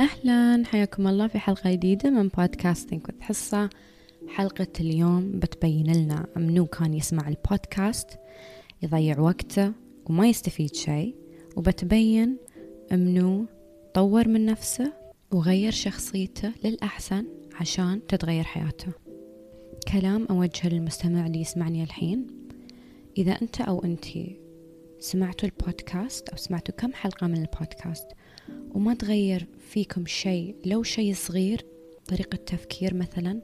أهلا، حياكم الله في حلقة جديدة من بودكاستينج with حصة. حلقة اليوم بتبين لنا منو كان يسمع البودكاست يضيع وقته وما يستفيد شيء، وبتبين منو طور من نفسه وغير شخصيته للأحسن عشان تتغير حياته. كلام أوجهه للمستمع اللي يسمعني الحين: إذا أنت أو أنتي سمعتوا البودكاست أو سمعتوا كم حلقة من البودكاست وما تغير فيكم شيء، لو شيء صغير، طريقة تفكير مثلا،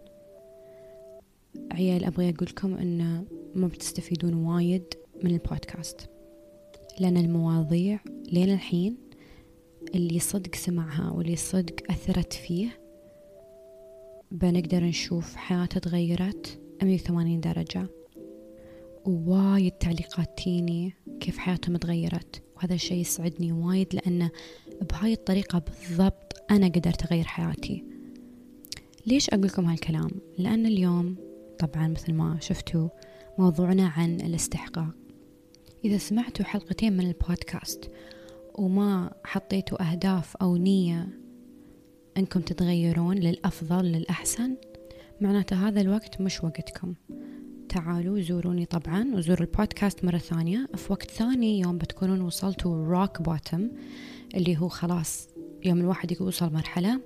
عيال أبغى أقولكم أن ما بتستفيدون وايد من البودكاست، لأن المواضيع لين الحين اللي صدق سمعها واللي صدق أثرت فيه بنقدر نشوف حياته تغيرت 180 درجة. ووايد تعليقات تيني كيف حياتهم تغيرت، وهذا الشيء يسعدني وايد، لأنه بهاي الطريقة بالضبط أنا قدرت أغير حياتي. ليش أقولكم هالكلام؟ لأن اليوم طبعا مثل ما شفتوا موضوعنا عن الاستحقاق. إذا سمعتوا حلقتين من البودكاست وما حطيتوا أهداف أو نية أنكم تتغيرون للأفضل للأحسن، معناته هذا الوقت مش وقتكم. تعالوا زوروني طبعا وزوروا البودكاست مرة ثانية في وقت ثاني، يوم بتكونون وصلتوا روك بوتم، اللي هو خلاص يوم الواحد يوصل مرحلة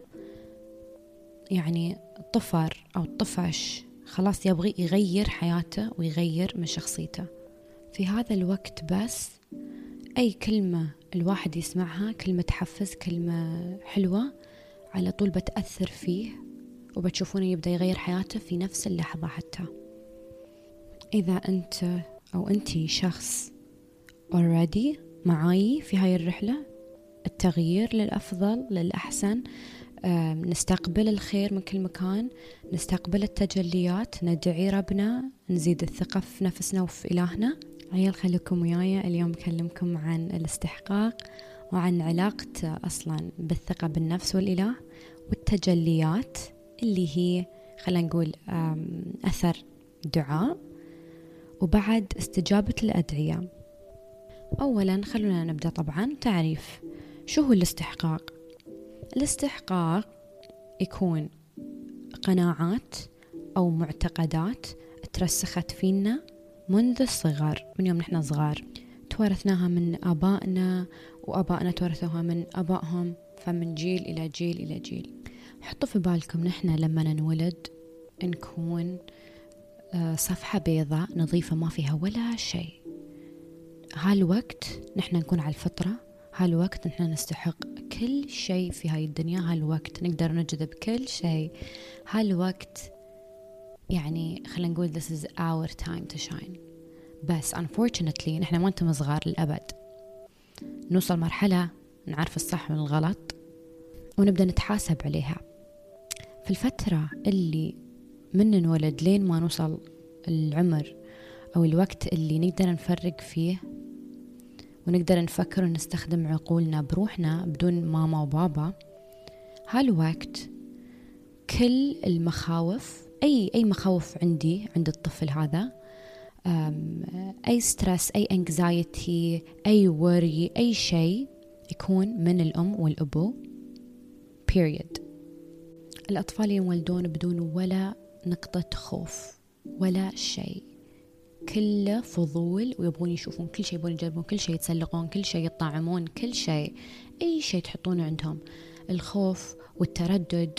يعني طفر أو طفش، خلاص يبغي يغير حياته ويغير من شخصيته. في هذا الوقت بس أي كلمة الواحد يسمعها، كلمة تحفز، كلمة حلوة، على طول بتأثر فيه وبتشوفونه يبدأ يغير حياته في نفس اللحظة. حتى إذا أنت أو أنتي شخص already معاي في هاي الرحلة، التغيير للأفضل للأحسن، نستقبل الخير من كل مكان، نستقبل التجليات، ندعي ربنا، نزيد الثقة في نفسنا وفي إلهنا. عيال خليكم وياي، اليوم بكلمكم عن الاستحقاق وعن علاقته أصلا بالثقة بالنفس والإله والتجليات، اللي هي خلينا نقول أثر دعاء وبعد استجابة الأدعية. أولا خلونا نبدأ طبعا تعريف شو هو الاستحقاق. الاستحقاق يكون قناعات أو معتقدات ترسخت فينا منذ الصغر، من يوم نحن صغار، تورثناها من آبائنا وآبائنا تورثوها من آبائهم، فمن جيل إلى جيل إلى جيل. حطوا في بالكم نحن لما ننولد نكون صفحة بيضاء نظيفة ما فيها ولا شيء. هالوقت نحن نكون على الفطرة، هالوقت نحن نستحق كل شيء في هاي الدنيا، هالوقت نقدر نجذب كل شيء، هالوقت يعني خلينا نقول this is our time to shine. بس unfortunately نحن ما نتم صغار للأبد، نوصل مرحلة نعرف الصح من الغلط ونبدأ نتحاسب عليها. في الفترة اللي من نولد لين ما نوصل العمر أو الوقت اللي نقدر نفرق فيه ونقدر نفكر ونستخدم عقولنا بروحنا بدون ماما وبابا، هالوقت كل المخاوف، أي مخاوف عند الطفل هذا، أي سترس، أي anxiety، أي worry، أي شيء يكون من الأم والأبو period. الأطفال ينولدون بدون ولا نقطة خوف ولا شيء، كله فضول ويبغون يشوفون كل شيء، يبغون يجربون كل شيء، يتسلقون كل شيء، يطعمون كل شيء، أي شيء تحطونه عندهم. الخوف والتردد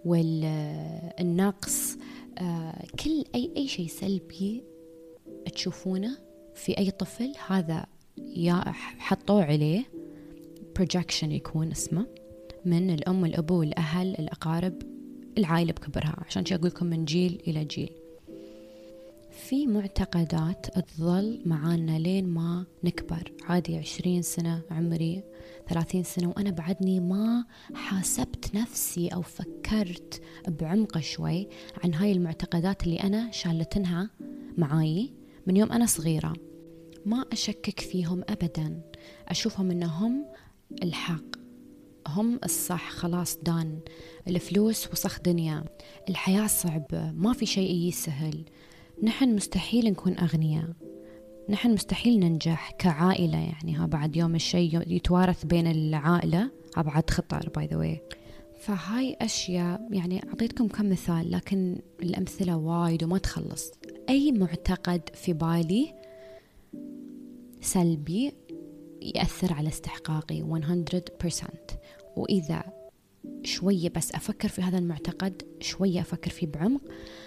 والنقص، كل أي شيء سلبي تشوفونه في أي طفل، هذا حطوا عليه projection يكون اسمه من الأم والأبو والأهل الأقارب، العائلة بكبرها. عشان شي أقولكم من جيل إلى جيل في معتقدات تظل معانا لين ما نكبر. عادي 20 سنة عمري، 30 سنة وأنا بعدني ما حاسبت نفسي أو فكرت بعمق شوي عن هاي المعتقدات اللي أنا شالتنها معاي من يوم أنا صغيرة. ما أشكك فيهم أبدا، أشوفهم أنهم الحق، هم الصح، خلاص دان، الفلوس وسخ دنيا، الحياة صعبة، ما في شيء يسهل، نحن مستحيل نكون أغنياء، نحن مستحيل ننجح كعائلة. يعني ها بعد يوم الشيء يتوارث بين العائلة، ها بعد خطر باي ذا واي. فهاي أشياء يعني أعطيتكم كم مثال، لكن الأمثلة وايد وما تخلص. أي معتقد في بالي سلبي يأثر على استحقاقي 100%. وإذا شوية بس أفكر في هذا المعتقد، شوية أفكر فيه بعمق،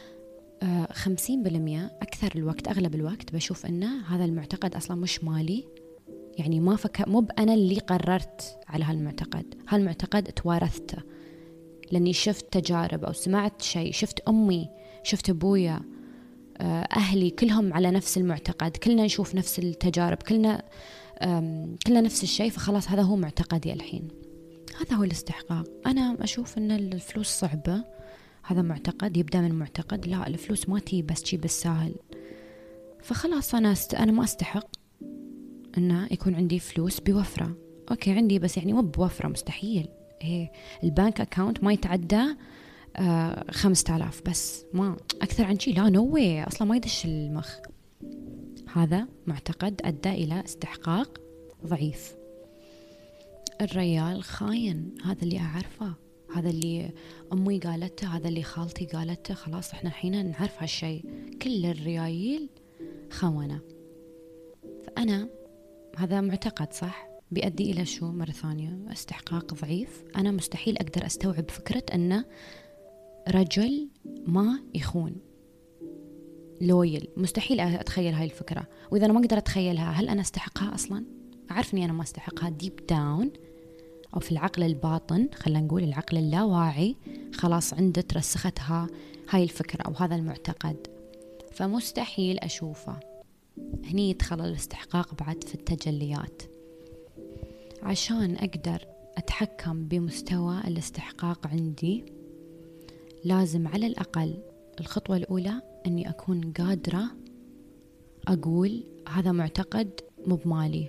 50% أكثر الوقت، أغلب الوقت بشوف أن هذا المعتقد أصلا مش مالي. يعني ما مو بأنا اللي قررت على هالمعتقد توارثته، لأني شفت تجارب أو سمعت شيء، شفت أمي، شفت أبويا، أهلي كلهم على نفس المعتقد، كلنا نشوف نفس التجارب، كلنا نفس الشيء، فخلاص هذا هو معتقدي الحين. هذا هو الاستحقاق. أنا أشوف أن الفلوس صعبة، هذا معتقد يبدأ من معتقد لا الفلوس ما تي بس شي بالساهل، فخلاص أنا ما أستحق أن يكون عندي فلوس بوفرة. أوكي عندي بس يعني مو بوفرة، مستحيل. البانك أكاونت ما يتعدى 5000 بس، ما أكثر عن شي، لا نوي أصلا ما يدش المخ. هذا معتقد أدى إلى استحقاق ضعيف. الريال خاين، هذا اللي أعرفه، هذا اللي أمي قالته، هذا اللي خالتي قالته، خلاص إحنا الحين نعرف هالشيء، كل الريايل خونة. فأنا هذا معتقد صح بيؤدي إلى شو؟ مرة ثانية استحقاق ضعيف. أنا مستحيل أقدر أستوعب فكرة أن رجل ما يخون، لويل، مستحيل أتخيل هاي الفكرة. وإذا أنا ما أقدر أتخيلها، هل أنا أستحقها أصلا؟ أعرف أني أنا ما أستحقها ديب داون، أو في العقل الباطن، خلينا نقول العقل اللاواعي، خلاص عنده ترسختها هاي الفكرة أو هذا المعتقد، فمستحيل أشوفه. هني يدخل الاستحقاق بعد في التجليات. عشان أقدر أتحكم بمستوى الاستحقاق عندي، لازم على الأقل الخطوة الأولى أني أكون قادرة أقول هذا معتقد مو بمالي،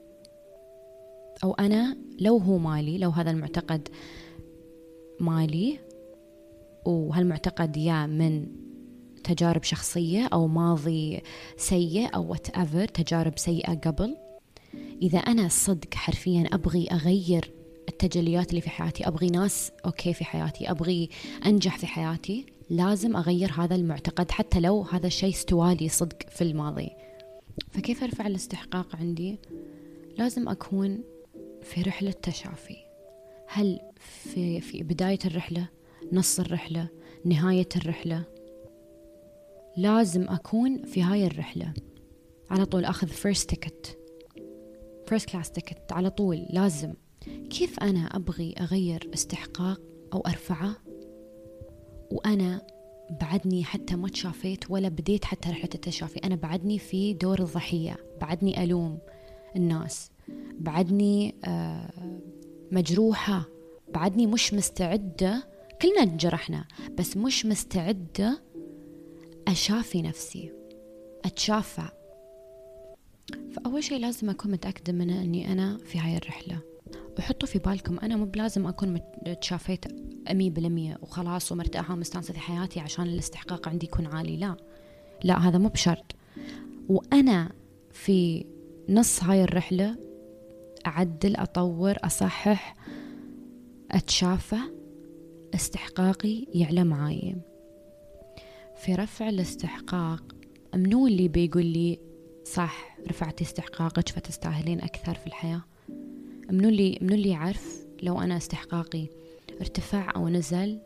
أو أنا لو هو مالي، لو هذا المعتقد مالي وهالمعتقد يا من تجارب شخصية أو ماضي سيء أو whatever، تجارب سيئة قبل، إذا أنا صدق حرفيا أبغي أغير التجليات اللي في حياتي، أبغي ناس أوكي في حياتي، أبغي أنجح في حياتي، لازم أغير هذا المعتقد حتى لو هذا الشيء استوالي صدق في الماضي. فكيف أرفع الاستحقاق عندي؟ لازم أكون في رحلة تشافي. هل في بداية الرحلة، نص الرحلة، نهاية الرحلة؟ لازم أكون في هاي الرحلة على طول، أخذ first class ticket على طول لازم. كيف أنا أبغي أغير استحقاق أو أرفعه وأنا بعدني حتى ما تشافيت ولا بديت حتى رحلة التشافي؟ أنا بعدني في دور الضحية، بعدني ألوم الناس، بعدني مجروحة، بعدني مش مستعدة. كلنا انجرحنا بس مش مستعدة أشافي نفسي، أتشافى. فأول شيء لازم أكون متأكدة من أني أنا في هاي الرحلة. وحطوا في بالكم أنا مو بلازم أكون تشافيت 100% وخلاص ومرتاحة ومستانسة في حياتي عشان الاستحقاق عندي يكون عالي. لا هذا مو بشرط. وأنا في نص هاي الرحلة أعدل، أطور، أصحح، أتشافى، استحقاقي يعلى معاي. في رفع الاستحقاق منو اللي بيقول لي صح رفعتي استحقاقك فتستاهلين أكثر في الحياة؟ منو اللي يعرف لو أنا استحقاقي ارتفع أو نزل؟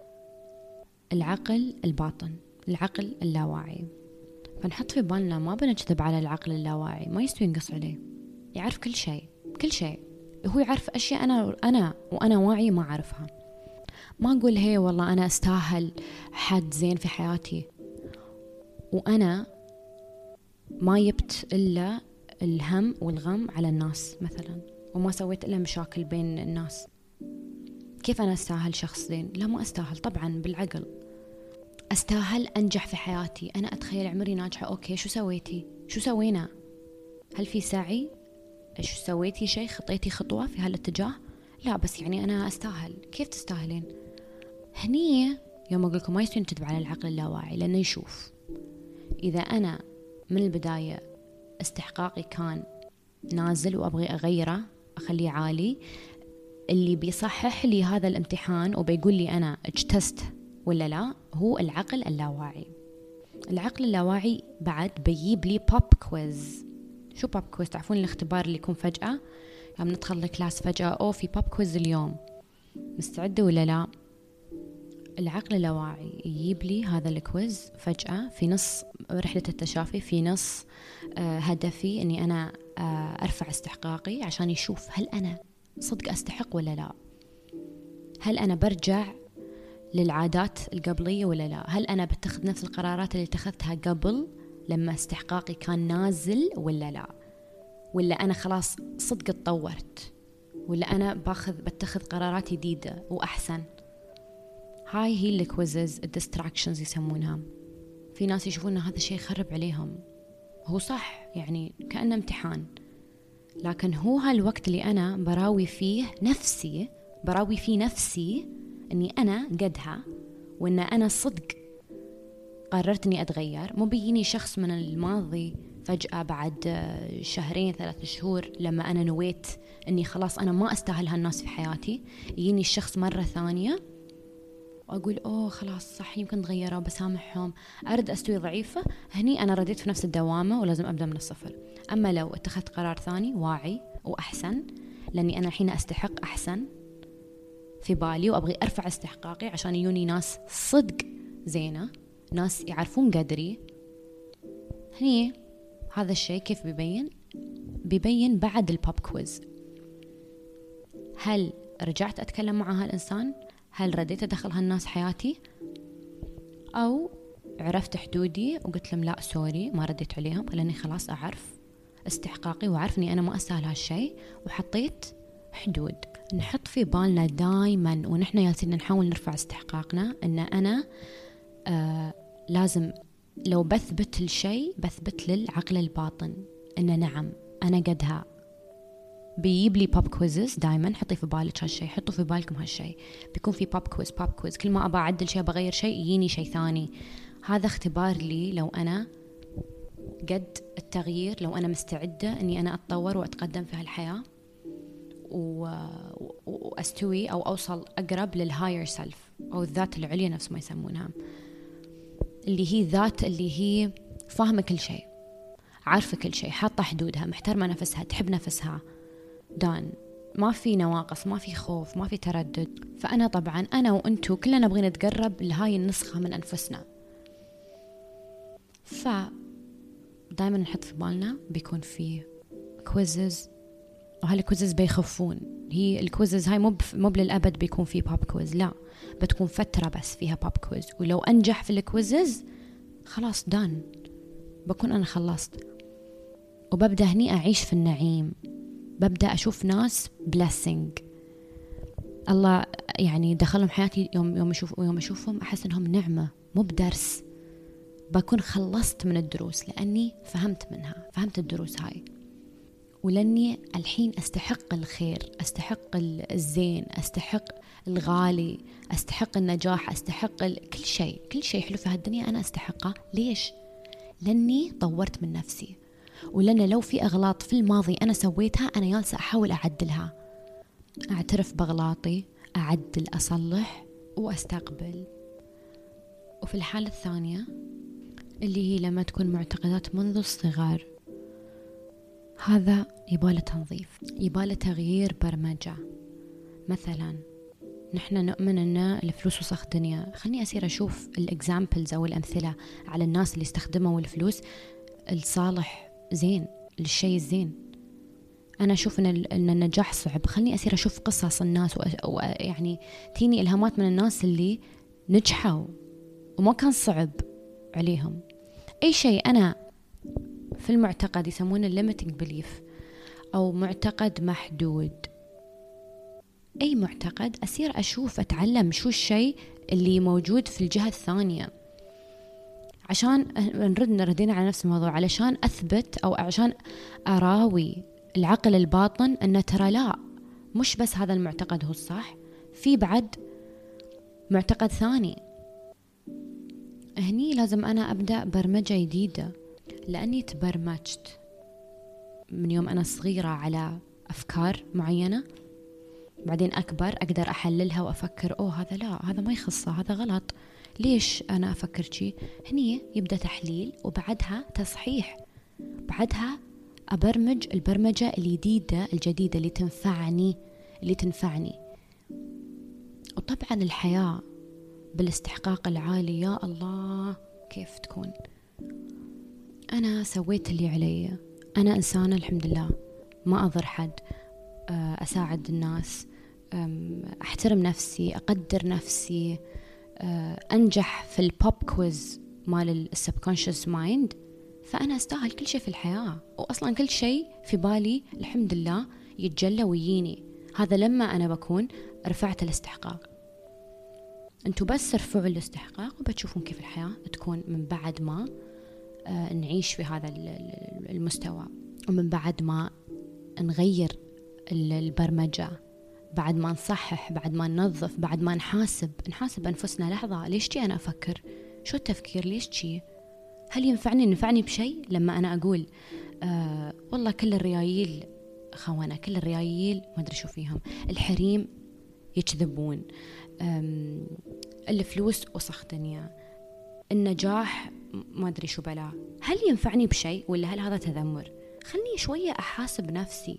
العقل الباطن، العقل اللاواعي. فنحط في بالنا ما بنكذب على العقل اللاواعي، ما يستوي نقص عليه، يعرف كل شيء. هو يعرف أشياء أنا واعي ما أعرفها. ما أقول هي والله أنا أستاهل حد زين في حياتي وأنا ما يبت إلا الهم والغم على الناس مثلا، وما سويت إلا مشاكل بين الناس. كيف أنا أستاهل شخص زين؟ لا ما أستاهل طبعا بالعقل. أستاهل أنجح في حياتي. أنا أتخيل عمري ناجحة، أوكي شو سويتي؟ شو سوينا؟ هل في سعي؟ شو سويتي شيء؟ خطيتي خطوة في هالاتجاه؟ لا بس يعني أنا أستاهل. كيف تستاهلين؟ هني يوم أقول لكم ما يستوي نكذب على العقل اللاواعي، لأنه يشوف إذا أنا من البداية استحقاقي كان نازل وأبغي أغيره أخليه عالي، اللي بيصحح لي هذا الامتحان وبيقول لي أنا اجتزت ولا لا هو العقل اللاواعي. العقل اللاواعي بعد بيجيب لي بوب كويز. شو بوب كويز؟ تعرفون الاختبار اللي يكون فجأة يعني ندخل الكلاس فجأة في بوب كويز اليوم، مستعدة ولا لا؟ العقل اللاواعي يجيب لي هذا الكويز فجأة في نص رحلة التشافي، في نص هدفي أني أنا أرفع استحقاقي، عشان يشوف هل أنا صدق أستحق ولا لا، هل أنا برجع للعادات القبلية ولا لا، هل أنا بتخذ نفس القرارات اللي اتخذتها قبل لما استحقاقي كان نازل ولا لا، ولا أنا خلاص صدق اتطورت، ولا أنا بتخذ قرارات جديدة وأحسن. هاي هي الكويزز الديستراكشنز يسمونها. في ناس يشوفون هذا الشيء يخرب عليهم، هو صح يعني كأنه امتحان، لكن هو هالوقت اللي أنا براوي فيه نفسي أني أنا قدها، وأن أنا صدق قررت أني أتغير. مو بيجيني شخص من الماضي فجأة بعد 2-3 شهور لما أنا نويت أني خلاص أنا ما أستاهل هالناس في حياتي، يجيني الشخص مرة ثانية وأقول أوه خلاص صح يمكن تغيروا بسامحهم، أرد أستوي ضعيفة. هني أنا رديت في نفس الدوامة ولازم أبدأ من الصفر. أما لو اتخذت قرار ثاني واعي وأحسن، لأني أنا الحين أستحق أحسن في بالي وأبغي أرفع استحقاقي عشان يوني ناس صدق زينة، ناس يعرفون قدري، هني هذا الشيء كيف بيبين بعد البوب كويز. هل رجعت أتكلم مع هالإنسان؟ هل رديت أدخل هالناس حياتي؟ أو عرفت حدودي وقلت لهم لا سوري ما رديت عليهم، لأني خلاص أعرف استحقاقي وأعرف أني أنا ما أستاهل هالشيء وحطيت حدود. نحط في بالنا دايما ونحن جالسين نحاول نرفع استحقاقنا أن أنا لازم لو بثبت الشيء بثبت للعقل الباطن أن نعم أنا قدها. بيجيب لي بوب كويزز دائما، حطي في بالك هالشيء، حطوا في بالكم هالشيء، بيكون في بوب كويز كل ما أبى أعدل شيء بغير شيء يجيني شيء ثاني. هذا اختبار لي لو أنا قد التغيير، لو أنا مستعدة أني أنا أتطور وأتقدم في هالحياة وأستوي أو أوصل أقرب للهاير سيلف أو الذات العليا نفس ما يسمونها، اللي هي ذات اللي هي فاهمة كل شيء، عارفة كل شيء، حاطة حدودها، محترمة نفسها، تحب نفسها، دان ما في نواقص، ما في خوف، ما في تردد. فأنا طبعا أنا وأنتو كلنا نبغي نتقرب لهاي النسخة من أنفسنا، فدايما نحط في بالنا بيكون في كويزز، وهالكويزز بيخفون. هي الكويزز هاي مو للأبد بيكون في بوب كويز، لا بتكون فترة بس فيها بوب كويز، ولو أنجح في الكويزز خلاص دان بكون أنا خلصت، وببدأ هني أعيش في النعيم، ببدأ أشوف ناس blessing الله يعني دخلهم حياتي. يوم أشوفهم أحس إنهم نعمة مو بدرس، بكون خلصت من الدروس لأني فهمت منها، فهمت الدروس هاي، ولأني الحين أستحق الخير، أستحق الزين، أستحق الغالي، أستحق النجاح، أستحق كل شيء حلو في هالدنيا أنا أستحقه. ليش؟ لأني طورت من نفسي، ولأن لو في أغلاط في الماضي أنا سويتها أنا جالسة أحاول أعدلها، أعترف بأغلاطي، أعدل، أصلح وأستقبل. وفي الحالة الثانية اللي هي لما تكون معتقدات منذ الصغر، هذا يباله تنظيف، يباله تغيير برمجة. مثلا نحن نؤمن أن الفلوس وسخ دنيا، خلني أسير أشوف الإكزامبلز أو الأمثلة على الناس اللي استخدموا الفلوس الصالح زين، للشيء الزين. أنا أشوف أن النجاح صعب، خلني أسير أشوف قصص الناس يعني تيني إلهامات من الناس اللي نجحوا وما كان صعب عليهم. أي شيء أنا في المعتقد يسمونه limiting belief أو معتقد محدود، أي معتقد أسير أشوف أتعلم شو الشيء اللي موجود في الجهة الثانية، عشان نردنا على نفس الموضوع، علشان أثبت أو عشان أراوي العقل الباطن أن ترى لا، مش بس هذا المعتقد هو الصح، في بعد معتقد ثاني. هني لازم أنا أبدأ برمجة جديدة، لأني تبرمجت من يوم أنا صغيرة على أفكار معينة، بعدين أكبر أقدر أحللها وأفكر هذا لا، هذا ما يخصه، هذا غلط، ليش أنا أفكر شي؟ هني يبدأ تحليل وبعدها تصحيح، بعدها أبرمج البرمجة الجديدة اللي تنفعني. وطبعا الحياة بالاستحقاق العالي، يا الله كيف تكون. أنا سويت اللي علي، أنا إنسانة الحمد لله، ما أضر حد، أساعد الناس، أحترم نفسي، أقدر نفسي، أنجح في البوب كويز مال السبكونشس مايند. فأنا أستاهل كل شيء في الحياة، وأصلا كل شيء في بالي الحمد لله يتجلى ويجيني. هذا لما أنا بكون رفعت الاستحقاق. أنتوا بس ارفعوا الاستحقاق وبتشوفون كيف الحياة تكون من بعد ما نعيش في هذا المستوى، ومن بعد ما نغير البرمجة، بعد ما نصحح، بعد ما ننظف، بعد ما نحاسب أنفسنا. لحظة، ليش جي أنا أفكر؟ شو التفكير؟ ليش جي؟ هل ينفعني بشيء لما أنا أقول والله كل الريايل خونة، كل الريايل ما أدري شو فيهم، الحريم يكذبون، الفلوس وسخ دنيا، النجاح ما أدري شو بلا. هل ينفعني بشيء ولا هل هذا تذمر؟ خلني شوية أحاسب نفسي.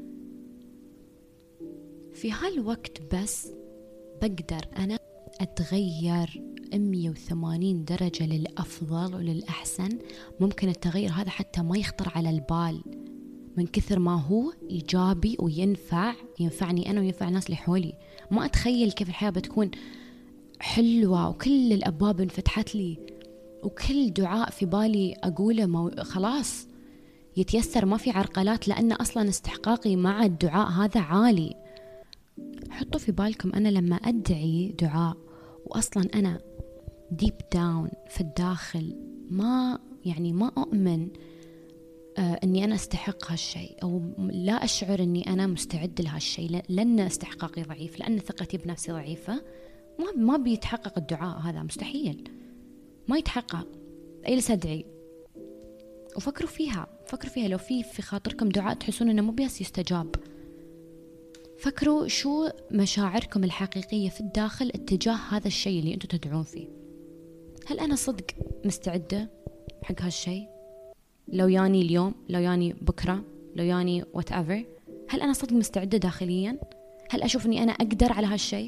في هالوقت بس بقدر أنا أتغير 180 درجة للأفضل وللأحسن. ممكن التغيير هذا حتى ما يخطر على البال من كثر ما هو إيجابي ينفعني أنا وينفع الناس اللي حولي. ما أتخيل كيف الحياة بتكون حلوة وكل الأبواب انفتحت لي وكل دعاء في بالي أقوله خلاص يتيسر، ما في عرقلات، لأن أصلا استحقاقي مع الدعاء هذا عالي. حطوا في بالكم أنا لما أدعي دعاء وأصلا أنا ديب داون في الداخل ما أؤمن أني أنا أستحق هالشيء، أو لا أشعر أني أنا مستعد لهالشيء، لأن استحقاقي ضعيف، لأن ثقتي بنفسي ضعيفة، ما بيتحقق الدعاء هذا، مستحيل ما يتحقق. أجلس أدعي وفكروا فيها لو في خاطركم دعاء تحسون أنه مو بيس يستجاب، فكروا شو مشاعركم الحقيقية في الداخل اتجاه هذا الشيء اللي أنتوا تدعون فيه. هل أنا صدق مستعدة حق هالشيء؟ لو ياني اليوم، لو ياني بكرة، لو ياني whatever، هل أنا صدق مستعدة داخليا؟ هل أشوف أني أنا أقدر على هالشيء؟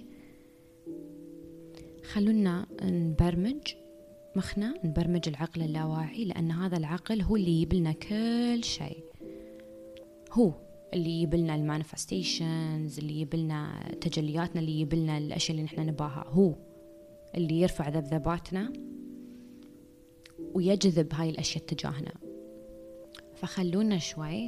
خلونا نبرمج مخنا، نبرمج العقل اللاواعي، لأن هذا العقل هو اللي يبلنا كل شيء، هو اللي يبلنا المانيفستيشنز، اللي يبلنا تجلياتنا، اللي يبلنا الأشياء اللي نحن نباها، هو اللي يرفع ذبذباتنا ويجذب هاي الأشياء تجاهنا. فخلونا شوي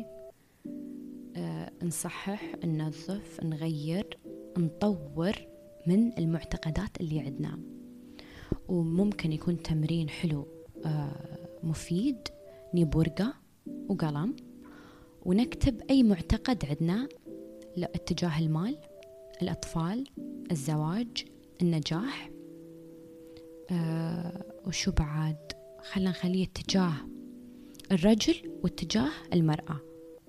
نصحح، ننظف، نغير، نطور من المعتقدات اللي عندنا. وممكن يكون تمرين حلو مفيد، نجيب ورقة وقلم ونكتب أي معتقد عندنا اتجاه المال، الأطفال، الزواج، النجاح، وشو بعد، خلينا نخليه اتجاه الرجل واتجاه المرأة.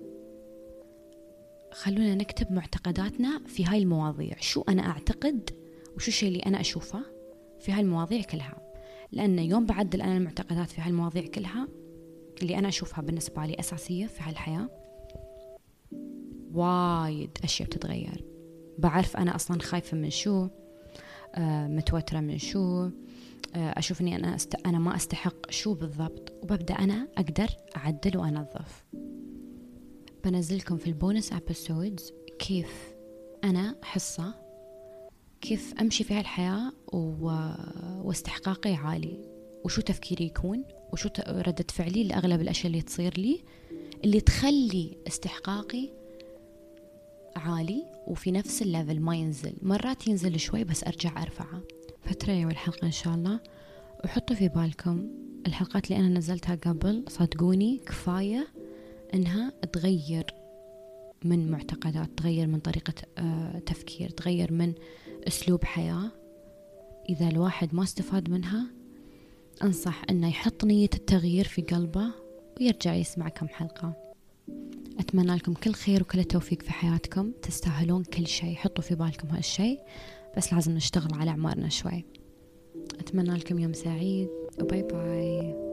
خلونا نكتب معتقداتنا في هاي المواضيع، شو أنا أعتقد وشو الشيء اللي أنا أشوفه في هاي المواضيع كلها، لأن يوم بعدل أنا المعتقدات في هاي المواضيع كلها اللي أنا أشوفها بالنسبة لي أساسية في هالحياة، وايد أشياء بتتغير. بعرف أنا أصلا خايفة من شو، متوترة من شو، أشوف أني أنا ما أستحق شو بالضبط، وببدأ أنا أقدر أعدل وأنظف. بنزلكم في البونس أبيسودز كيف أنا حصة كيف أمشي في هالحياة واستحقاقي عالي، وشو تفكيري يكون، وشو ردة فعلي لأغلب الأشياء اللي تصير لي اللي تخلي استحقاقي عالي وفي نفس الليفل، ما ينزل، مرات ينزل شوي بس أرجع أرفعه. فتريوا الحلقة إن شاء الله، وحطوا في بالكم الحلقات اللي أنا نزلتها قبل صدقوني كفاية إنها تغير من معتقدات، تغير من طريقة تفكير، تغير من أسلوب حياة. إذا الواحد ما استفاد منها أنصح إنه يحط نية التغيير في قلبه ويرجع يسمع كم حلقة. أتمنى لكم كل خير وكل التوفيق في حياتكم، تستاهلون كل شيء، حطوا في بالكم هالشيء، بس لازم نشتغل على أعمارنا شوي. أتمنى لكم يوم سعيد وباي باي.